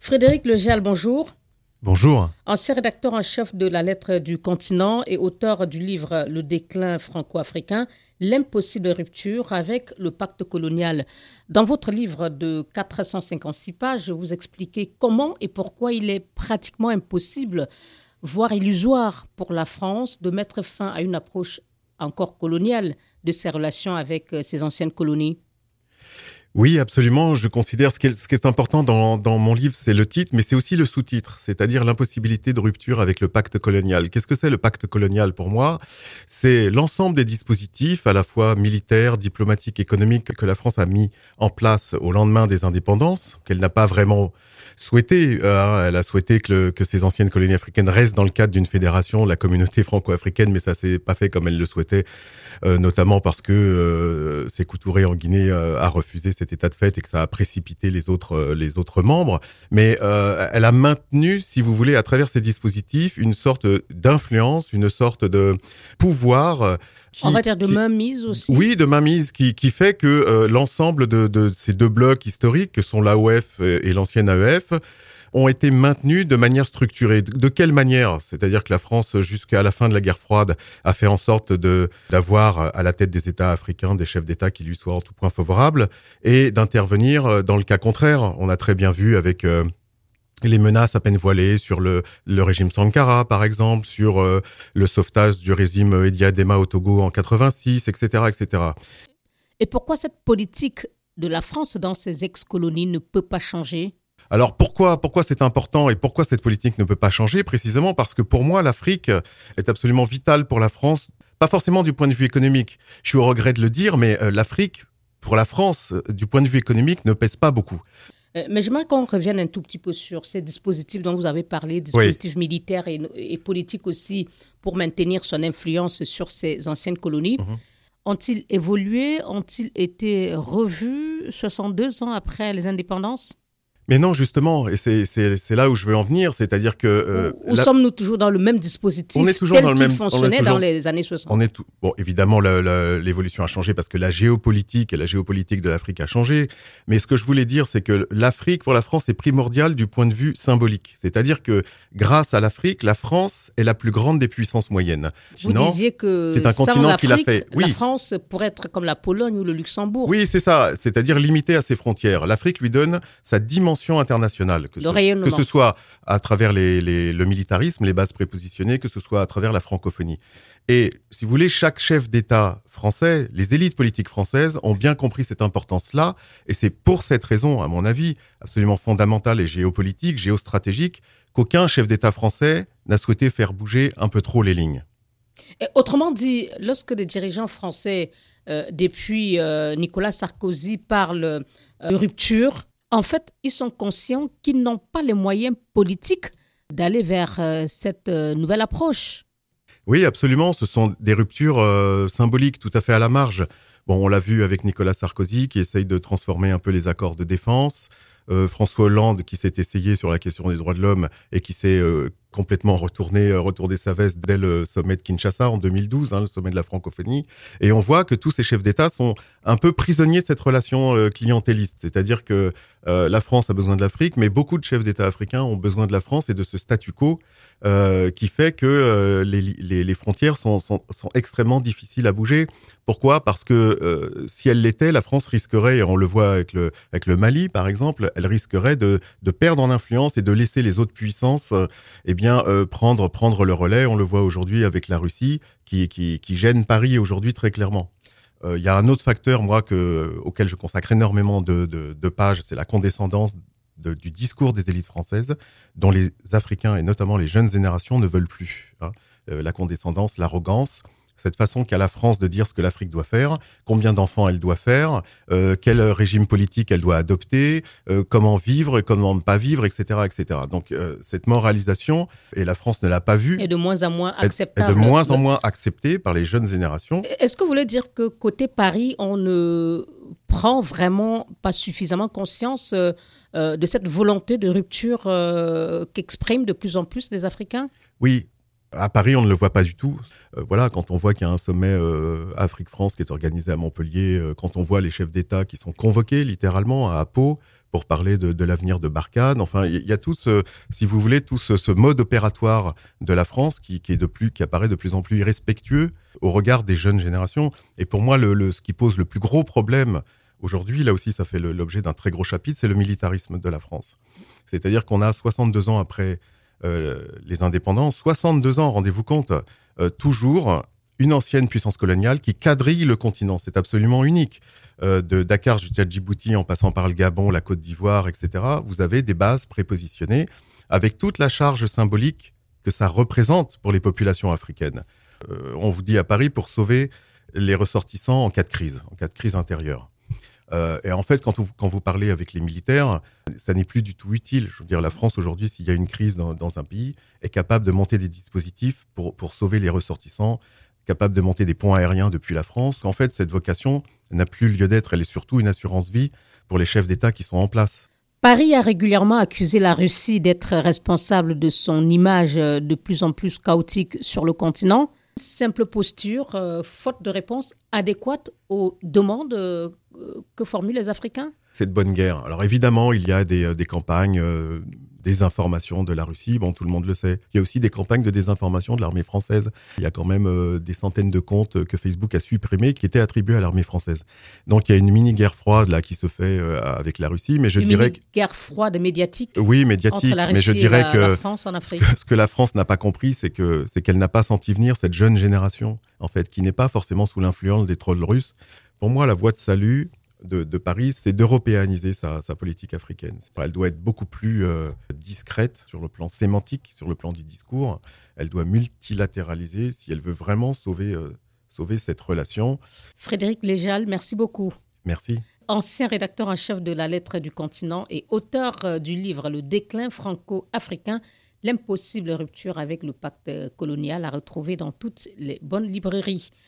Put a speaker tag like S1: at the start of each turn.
S1: Frédéric Legel, bonjour.
S2: Bonjour.
S1: Ancien rédacteur en chef de la Lettre du Continent et auteur du livre Le déclin franco-africain, l'impossible rupture avec le pacte colonial. Dans votre livre de 456 pages, vous expliquez comment et pourquoi il est pratiquement impossible, voire illusoire pour la France de mettre fin à une approche encore coloniale de ses relations avec ses anciennes colonies.
S2: Oui, absolument. Je considère ce qui est important dans mon livre, c'est le titre, mais c'est aussi le sous-titre, c'est-à-dire l'impossibilité de rupture avec le pacte colonial. Qu'est-ce que c'est le pacte colonial pour moi ? C'est l'ensemble des dispositifs, à la fois militaires, diplomatiques, économiques, que la France a mis en place au lendemain des indépendances, qu'elle n'a pas vraiment souhaité. Elle a souhaité que ces anciennes colonies africaines restent dans le cadre d'une fédération, la communauté franco-africaine, mais ça s'est pas fait comme elle le souhaitait, notamment parce que Sékou Touré en Guinée a refusé cet état de fait et que ça a précipité les autres membres. Mais elle a maintenu, si vous voulez, à travers ces dispositifs, une sorte d'influence, une sorte de pouvoir.
S1: On va dire de mainmise aussi.
S2: Oui, de mainmise qui fait que l'ensemble de ces deux blocs historiques, que sont l'AOF et l'ancienne AEF, ont été maintenus de manière structurée. De quelle manière ? C'est-à-dire que la France, jusqu'à la fin de la guerre froide, a fait en sorte d'avoir à la tête des États africains des chefs d'État qui lui soient en tout point favorables et d'intervenir dans le cas contraire. On a très bien vu avec les menaces à peine voilées sur le régime Sankara, par exemple, sur le sauvetage du régime Idi Adema au Togo en 86, etc., etc.
S1: Et pourquoi cette politique de la France dans ses ex-colonies ne peut pas changer ?
S2: Alors pourquoi c'est important et pourquoi cette politique ne peut pas changer ? Précisément parce que pour moi, l'Afrique est absolument vitale pour la France, pas forcément du point de vue économique. Je suis au regret de le dire, mais l'Afrique, pour la France, du point de vue économique, ne pèse pas beaucoup.
S1: Mais j'aimerais qu'on revienne un tout petit peu sur ces dispositifs dont vous avez parlé, dispositifs militaires et politiques aussi, pour maintenir son influence sur ces anciennes colonies. Ont-ils évolué ? Ont-ils été revus 62 ans après les indépendances ?
S2: Mais non, justement, et c'est là où je veux en venir, c'est-à-dire que...
S1: Ou sommes-nous toujours dans le même dispositif qu'il fonctionnait dans les années 60 ?
S2: Bon, évidemment, l'évolution a changé parce que la géopolitique de l'Afrique a changé. Mais ce que je voulais dire, c'est que l'Afrique, pour la France, est primordiale du point de vue symbolique. C'est-à-dire que grâce à l'Afrique, la France est la plus grande des puissances moyennes.
S1: Sinon, vous disiez que
S2: c'est un continent qui l'a fait.
S1: Oui. La France pourrait être comme la Pologne ou le Luxembourg.
S2: Oui, c'est ça. C'est-à-dire limitée à ses frontières. L'Afrique lui donne sa dimension internationale, que ce soit à travers le militarisme, les bases prépositionnées, que ce soit à travers la francophonie. Et si vous voulez, chaque chef d'État français, les élites politiques françaises ont bien compris cette importance-là, et c'est pour cette raison, à mon avis, absolument fondamentale et géopolitique, géostratégique, qu'aucun chef d'État français n'a souhaité faire bouger un peu trop les lignes.
S1: Et autrement dit, lorsque les dirigeants français, depuis Nicolas Sarkozy, parlent de rupture, en fait, ils sont conscients qu'ils n'ont pas les moyens politiques d'aller vers cette nouvelle approche.
S2: Oui, absolument. Ce sont des ruptures symboliques tout à fait à la marge. Bon, on l'a vu avec Nicolas Sarkozy qui essaye de transformer un peu les accords de défense. François Hollande qui s'est essayé sur la question des droits de l'homme et qui s'est complètement retourné sa veste dès le sommet de Kinshasa en 2012, le sommet de la francophonie. Et on voit que tous ces chefs d'État sont un peu prisonniers de cette relation clientéliste. C'est-à-dire que la France a besoin de l'Afrique, mais beaucoup de chefs d'État africains ont besoin de la France et de ce statu quo qui fait que les frontières sont extrêmement difficiles à bouger. Pourquoi ? Parce que si elle l'était, la France risquerait, et on le voit avec le Mali par exemple, elle risquerait de perdre en influence et de laisser les autres puissances prendre le relais. On le voit aujourd'hui avec la Russie qui gêne Paris aujourd'hui très clairement. Il y a un autre facteur, moi, auquel je consacre énormément de pages, c'est la condescendance du discours des élites françaises, dont les Africains et notamment les jeunes générations ne veulent plus. La condescendance, l'arrogance, cette façon qu'a la France de dire ce que l'Afrique doit faire, combien d'enfants elle doit faire, quel régime politique elle doit adopter, comment vivre et comment ne pas vivre, etc., etc. Donc cette moralisation, et la France ne l'a pas vue,
S1: est de moins en moins acceptable.
S2: Est de moins en moins acceptée par les jeunes générations.
S1: Est-ce que vous voulez dire que côté Paris, on ne prend vraiment pas suffisamment conscience de cette volonté de rupture qu'expriment de plus en plus les Africains ?
S2: Oui. À Paris, on ne le voit pas du tout. Quand on voit qu'il y a un sommet Afrique-France qui est organisé à Montpellier, quand on voit les chefs d'État qui sont convoqués littéralement à Pau pour parler de l'avenir de Barkhane. Enfin, il y a tout si vous voulez, tout ce mode opératoire de la France qui apparaît de plus en plus irrespectueux au regard des jeunes générations. Et pour moi, ce qui pose le plus gros problème aujourd'hui, là aussi, ça fait l'objet d'un très gros chapitre, c'est le militarisme de la France. C'est-à-dire qu'on a 62 ans après les indépendances, 62 ans, rendez-vous compte, toujours une ancienne puissance coloniale qui quadrille le continent. C'est absolument unique. De Dakar jusqu'à Djibouti, en passant par le Gabon, la Côte d'Ivoire, etc., vous avez des bases prépositionnées avec toute la charge symbolique que ça représente pour les populations africaines. On vous dit à Paris pour sauver les ressortissants en cas de crise intérieure. Et en fait, quand vous parlez avec les militaires, ça n'est plus du tout utile. Je veux dire, la France aujourd'hui, s'il y a une crise dans un pays, est capable de monter des dispositifs pour sauver les ressortissants, capable de monter des ponts aériens depuis la France. En fait, cette vocation n'a plus lieu d'être. Elle est surtout une assurance-vie pour les chefs d'État qui sont en place.
S1: Paris a régulièrement accusé la Russie d'être responsable de son image de plus en plus chaotique sur le continent. Simple posture, faute de réponse adéquate aux demandes que formulent les Africains?
S2: C'est de bonne guerre. Alors évidemment, il y a des campagnes désinformation de la Russie, bon, tout le monde le sait. Il y a aussi des campagnes de désinformation de l'armée française. Il y a quand même des centaines de comptes que Facebook a supprimés qui étaient attribués à l'armée française. Donc il y a une mini-guerre froide là qui se fait avec la Russie, mais je dirais
S1: guerre froide médiatique.
S2: Oui, médiatique,
S1: entre la Russie
S2: mais je dirais
S1: et
S2: que
S1: la France en Afrique.
S2: Ce que la France n'a pas compris, c'est qu'elle n'a pas senti venir cette jeune génération, en fait, qui n'est pas forcément sous l'influence des trolls russes. Pour moi, la voie de salut de Paris, c'est d'européaniser sa politique africaine. Elle doit être beaucoup plus discrète sur le plan sémantique, sur le plan du discours. Elle doit multilatéraliser si elle veut vraiment sauver cette relation.
S1: Frédéric Léjal, merci beaucoup.
S2: Merci.
S1: Ancien rédacteur en chef de la Lettre du Continent et auteur du livre Le déclin franco-africain, l'impossible rupture avec le pacte colonial, à retrouver dans toutes les bonnes librairies.